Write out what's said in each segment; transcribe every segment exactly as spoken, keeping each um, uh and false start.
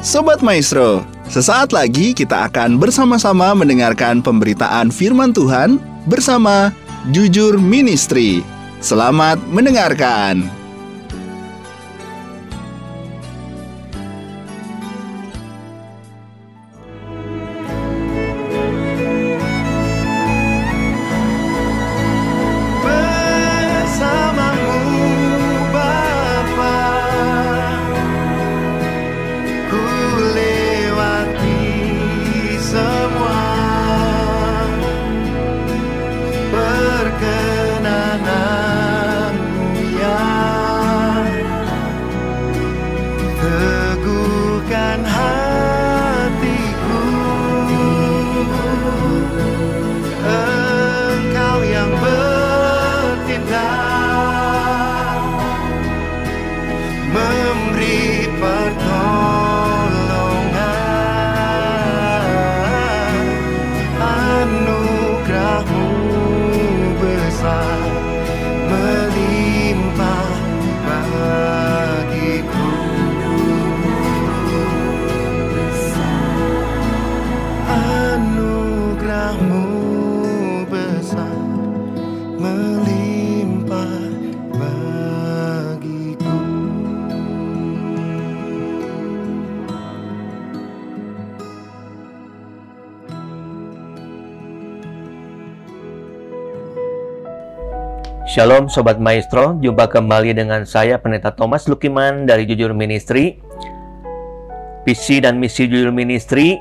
Sobat Maestro, sesaat lagi kita akan bersama-sama mendengarkan pemberitaan firman Tuhan bersama Jujur Ministry. Selamat mendengarkan. Shalom Sobat Maestro, jumpa kembali dengan saya Pendeta Thomas Lukiman dari Jujur Ministry. Visi dan misi Jujur Ministry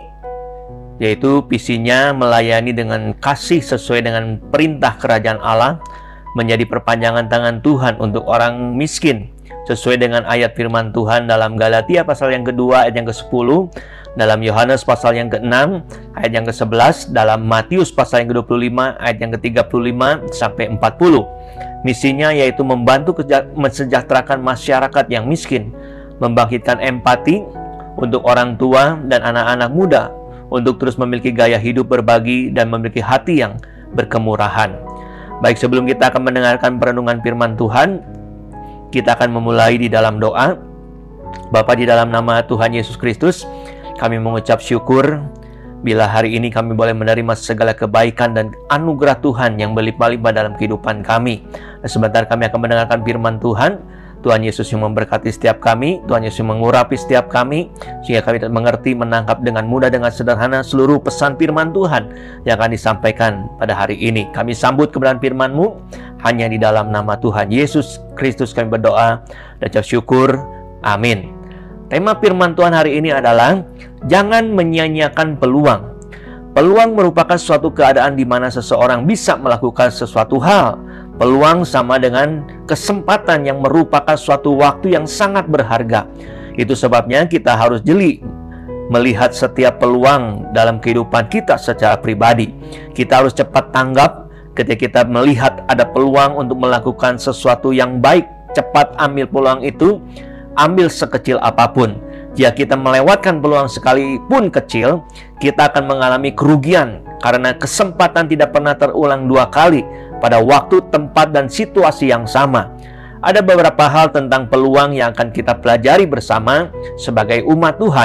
yaitu visinya melayani dengan kasih sesuai dengan perintah kerajaan Allah, menjadi perpanjangan tangan Tuhan untuk orang miskin sesuai dengan ayat firman Tuhan dalam Galatia pasal yang kedua ayat yang kesepuluh, dalam Yohanes pasal yang keenam ayat yang kesebelas, dalam Matius pasal yang kedua puluh lima ayat yang ketiga puluh lima sampai empat puluh. Misinya yaitu membantu mensejahterakan masyarakat yang miskin, membangkitkan empati untuk orang tua dan anak-anak muda, untuk terus memiliki gaya hidup berbagi dan memiliki hati yang berkemurahan. Baik, sebelum kita akan mendengarkan perenungan firman Tuhan, kita akan memulai di dalam doa. Bapa, di dalam nama Tuhan Yesus Kristus, kami mengucap syukur bila hari ini kami boleh menerima segala kebaikan dan anugerah Tuhan yang berlimpah-limpah dalam kehidupan kami. Dan sebentar kami akan mendengarkan firman Tuhan. Tuhan Yesus yang memberkati setiap kami, Tuhan Yesus yang mengurapi setiap kami, sehingga kami dapat mengerti, menangkap dengan mudah, dengan sederhana seluruh pesan firman Tuhan yang akan disampaikan pada hari ini. Kami sambut kebenaran firman-Mu hanya di dalam nama Tuhan Yesus Kristus kami berdoa dan ucap syukur. Amin. Tema firman Tuhan hari ini adalah jangan menyia-nyiakan peluang. Peluang merupakan suatu keadaan di mana seseorang bisa melakukan sesuatu hal. Peluang sama dengan kesempatan yang merupakan suatu waktu yang sangat berharga. Itu sebabnya kita harus jeli melihat setiap peluang dalam kehidupan kita secara pribadi. Kita harus cepat tanggap ketika kita melihat ada peluang untuk melakukan sesuatu yang baik. Cepat ambil peluang itu, ambil sekecil apapun. Jika kita melewatkan peluang sekalipun kecil, kita akan mengalami kerugian karena kesempatan tidak pernah terulang dua kali pada waktu, tempat, dan situasi yang sama. Ada beberapa hal tentang peluang yang akan kita pelajari bersama sebagai umat Tuhan.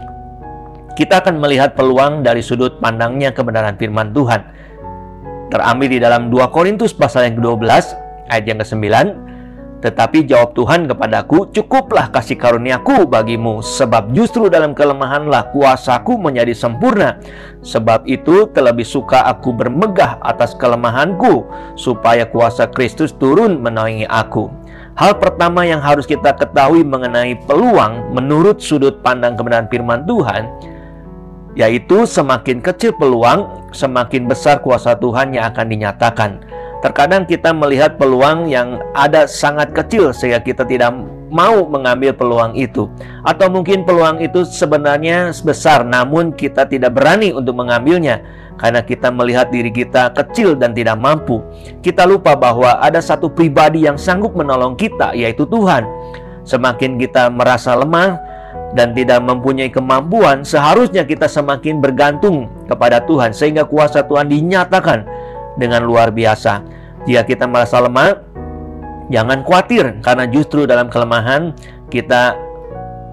Kita akan melihat peluang dari sudut pandangnya kebenaran firman Tuhan. Terambil di dalam dua Korintus pasal yang kedua belas ayat yang kesembilan. Tetapi jawab Tuhan kepadaku, cukuplah kasih karuniaku bagimu, sebab justru dalam kelemahanlah kuasaku menjadi sempurna. Sebab itu terlebih suka aku bermegah atas kelemahanku, supaya kuasa Kristus turun menaungi aku. Hal pertama yang harus kita ketahui mengenai peluang menurut sudut pandang kebenaran firman Tuhan, yaitu semakin kecil peluang, semakin besar kuasa Tuhan yang akan dinyatakan. Terkadang kita melihat peluang yang ada sangat kecil sehingga kita tidak mau mengambil peluang itu. Atau mungkin peluang itu sebenarnya besar namun kita tidak berani untuk mengambilnya karena kita melihat diri kita kecil dan tidak mampu. Kita lupa bahwa ada satu pribadi yang sanggup menolong kita, yaitu Tuhan. Semakin kita merasa lemah dan tidak mempunyai kemampuan, seharusnya kita semakin bergantung kepada Tuhan sehingga kuasa Tuhan dinyatakan dengan luar biasa. Jika kita merasa lemah, jangan khawatir, karena justru dalam kelemahan kita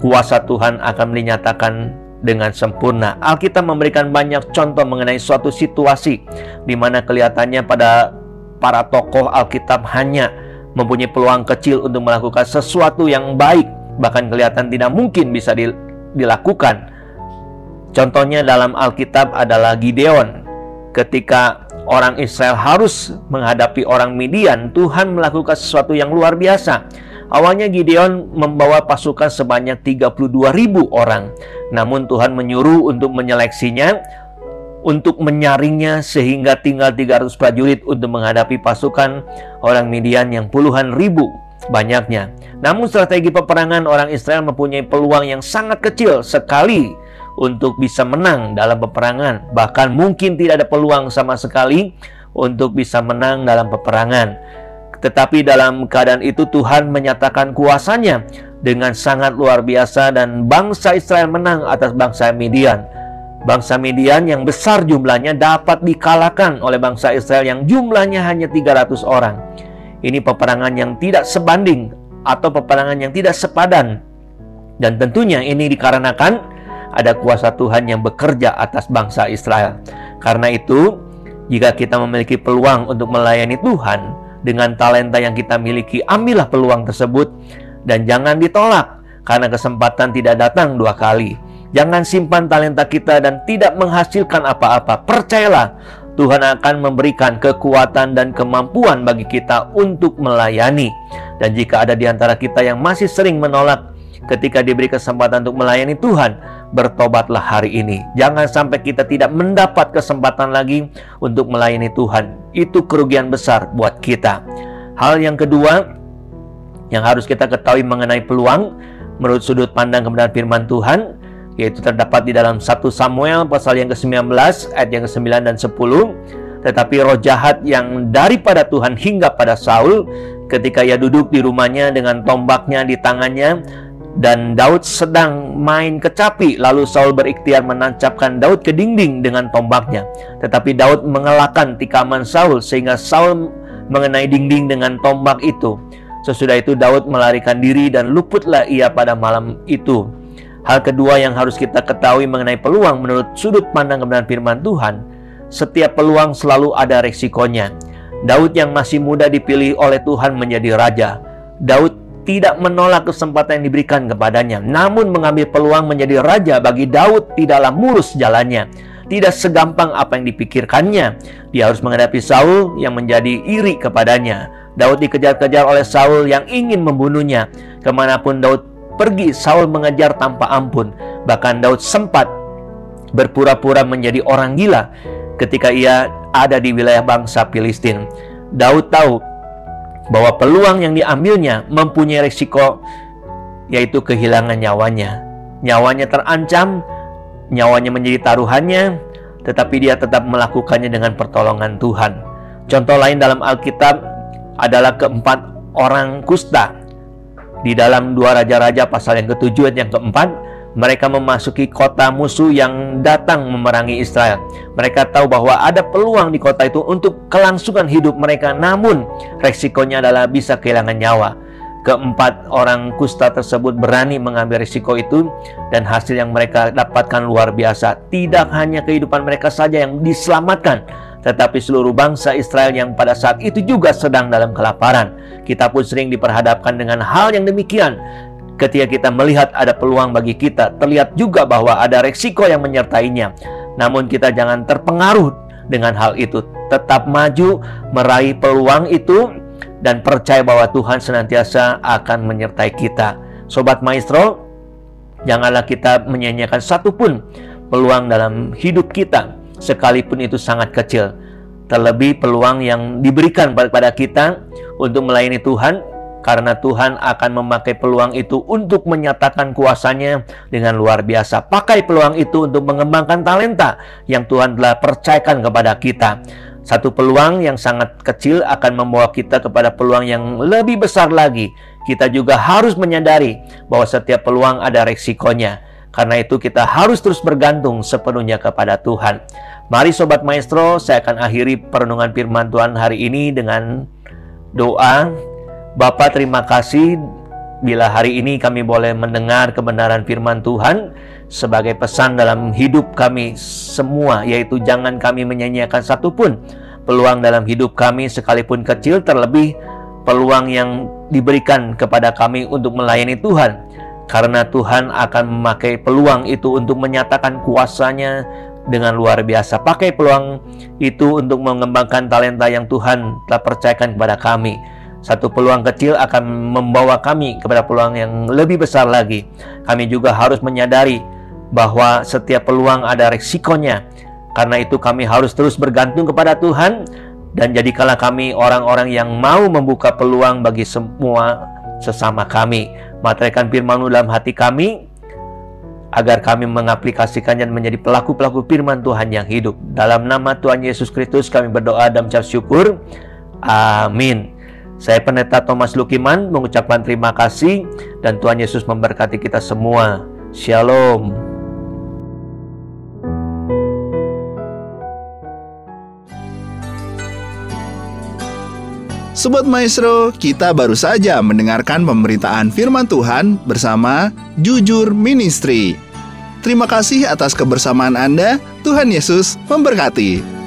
kuasa Tuhan akan dinyatakan dengan sempurna. Alkitab memberikan banyak contoh mengenai suatu situasi di mana kelihatannya pada para tokoh Alkitab hanya mempunyai peluang kecil untuk melakukan sesuatu yang baik, bahkan kelihatan tidak mungkin bisa dilakukan. Contohnya dalam Alkitab adalah Gideon. Ketika orang Israel harus menghadapi orang Midian, Tuhan melakukan sesuatu yang luar biasa. Awalnya Gideon membawa pasukan sebanyak tiga puluh dua ribu orang. Namun Tuhan menyuruh untuk menyeleksinya, untuk menyaringnya sehingga tinggal tiga ratus prajurit untuk menghadapi pasukan orang Midian yang puluhan ribu banyaknya. Namun strategi peperangan orang Israel mempunyai peluang yang sangat kecil sekali untuk bisa menang dalam peperangan. Bahkan mungkin tidak ada peluang sama sekali untuk bisa menang dalam peperangan. Tetapi dalam keadaan itu Tuhan menyatakan kuasanya dengan sangat luar biasa dan bangsa Israel menang atas bangsa Midian. Bangsa Midian yang besar jumlahnya dapat dikalahkan oleh bangsa Israel yang jumlahnya hanya tiga ratus orang. Ini peperangan yang tidak sebanding atau peperangan yang tidak sepadan. Dan tentunya ini dikarenakan ada kuasa Tuhan yang bekerja atas bangsa Israel. Karena itu, jika kita memiliki peluang untuk melayani Tuhan dengan talenta yang kita miliki, ambillah peluang tersebut dan jangan ditolak, karena kesempatan tidak datang dua kali. Jangan simpan talenta kita dan tidak menghasilkan apa-apa. Percayalah, Tuhan akan memberikan kekuatan dan kemampuan bagi kita untuk melayani. Dan jika ada di antara kita yang masih sering menolak ketika diberi kesempatan untuk melayani Tuhan, bertobatlah hari ini. Jangan sampai kita tidak mendapat kesempatan lagi untuk melayani Tuhan. Itu kerugian besar buat kita. Hal yang kedua yang harus kita ketahui mengenai peluang menurut sudut pandang kebenaran firman Tuhan, yaitu terdapat di dalam satu Samuel pasal yang ke sembilan belas ayat yang ke sembilan dan sepuluh. Tetapi roh jahat yang daripada Tuhan hingga pada Saul ketika ia duduk di rumahnya dengan tombaknya di tangannya, dan Daud sedang main kecapi. Lalu Saul berikhtiar menancapkan Daud ke dinding dengan tombaknya. Tetapi Daud mengelakkan tikaman Saul sehingga Saul mengenai dinding dengan tombak itu. Sesudah itu Daud melarikan diri dan luputlah ia pada malam itu. Hal kedua yang harus kita ketahui mengenai peluang menurut sudut pandang kebenaran firman Tuhan, setiap peluang selalu ada resikonya. Daud yang masih muda dipilih oleh Tuhan menjadi raja. Daud tidak menolak kesempatan yang diberikan kepadanya, namun mengambil peluang menjadi raja bagi Daud tidaklah mulus jalannya. Tidak segampang apa yang dipikirkannya. Dia harus menghadapi Saul yang menjadi iri kepadanya. Daud dikejar-kejar oleh Saul yang ingin membunuhnya. Kemanapun Daud pergi, Saul mengejar tanpa ampun. Bahkan Daud sempat berpura-pura menjadi orang gila ketika ia ada di wilayah bangsa Filistin. Daud tahu bahwa peluang yang diambilnya mempunyai risiko, yaitu kehilangan nyawanya. Nyawanya terancam, nyawanya menjadi taruhannya, tetapi dia tetap melakukannya dengan pertolongan Tuhan. Contoh lain dalam Alkitab adalah keempat orang kusta. Di dalam dua Raja-Raja pasal yang ketujuh dan yang keempat, mereka memasuki kota musuh yang datang memerangi Israel. Mereka tahu bahwa ada peluang di kota itu untuk kelangsungan hidup mereka, namun resikonya adalah bisa kehilangan nyawa. Keempat orang kusta tersebut berani mengambil risiko itu, dan hasil yang mereka dapatkan luar biasa. Tidak hanya kehidupan mereka saja yang diselamatkan, tetapi seluruh bangsa Israel yang pada saat itu juga sedang dalam kelaparan. Kita pun sering diperhadapkan dengan hal yang demikian. Ketika kita melihat ada peluang bagi kita, terlihat juga bahwa ada resiko yang menyertainya. Namun kita jangan terpengaruh dengan hal itu. Tetap maju, meraih peluang itu, dan percaya bahwa Tuhan senantiasa akan menyertai kita. Sobat Maestro, janganlah kita menyanyiakan satupun peluang dalam hidup kita, sekalipun itu sangat kecil. Terlebih peluang yang diberikan kepada kita untuk melayani Tuhan, karena Tuhan akan memakai peluang itu untuk menyatakan kuasanya dengan luar biasa. Pakai peluang itu untuk mengembangkan talenta yang Tuhan telah percayakan kepada kita. Satu peluang yang sangat kecil akan membawa kita kepada peluang yang lebih besar lagi. Kita juga harus menyadari bahwa setiap peluang ada resikonya. Karena itu kita harus terus bergantung sepenuhnya kepada Tuhan. Mari Sobat Maestro, saya akan akhiri perenungan firman Tuhan hari ini dengan doa. Bapa, terima kasih bila hari ini kami boleh mendengar kebenaran firman Tuhan sebagai pesan dalam hidup kami semua, yaitu jangan kami menyanyiakan satupun peluang dalam hidup kami sekalipun kecil, terlebih peluang yang diberikan kepada kami untuk melayani Tuhan, karena Tuhan akan memakai peluang itu untuk menyatakan kuasa-Nya dengan luar biasa. Pakai peluang itu untuk mengembangkan talenta yang Tuhan telah percayakan kepada kami. Satu peluang kecil akan membawa kami kepada peluang yang lebih besar lagi. Kami juga harus menyadari bahwa setiap peluang ada resikonya. Karena itu kami harus terus bergantung kepada Tuhan, dan jadikanlah kami orang-orang yang mau membuka peluang bagi semua sesama kami. Materaikan firman-Mu dalam hati kami, agar kami mengaplikasikannya dan menjadi pelaku-pelaku firman Tuhan yang hidup. Dalam nama Tuhan Yesus Kristus kami berdoa dan mengucap syukur. Amin. Saya Pendeta Thomas Lukiman mengucapkan terima kasih, dan Tuhan Yesus memberkati kita semua. Shalom. Sobat Maestro, kita baru saja mendengarkan pemberitaan firman Tuhan bersama Jujur Ministry. Terima kasih atas kebersamaan Anda. Tuhan Yesus memberkati.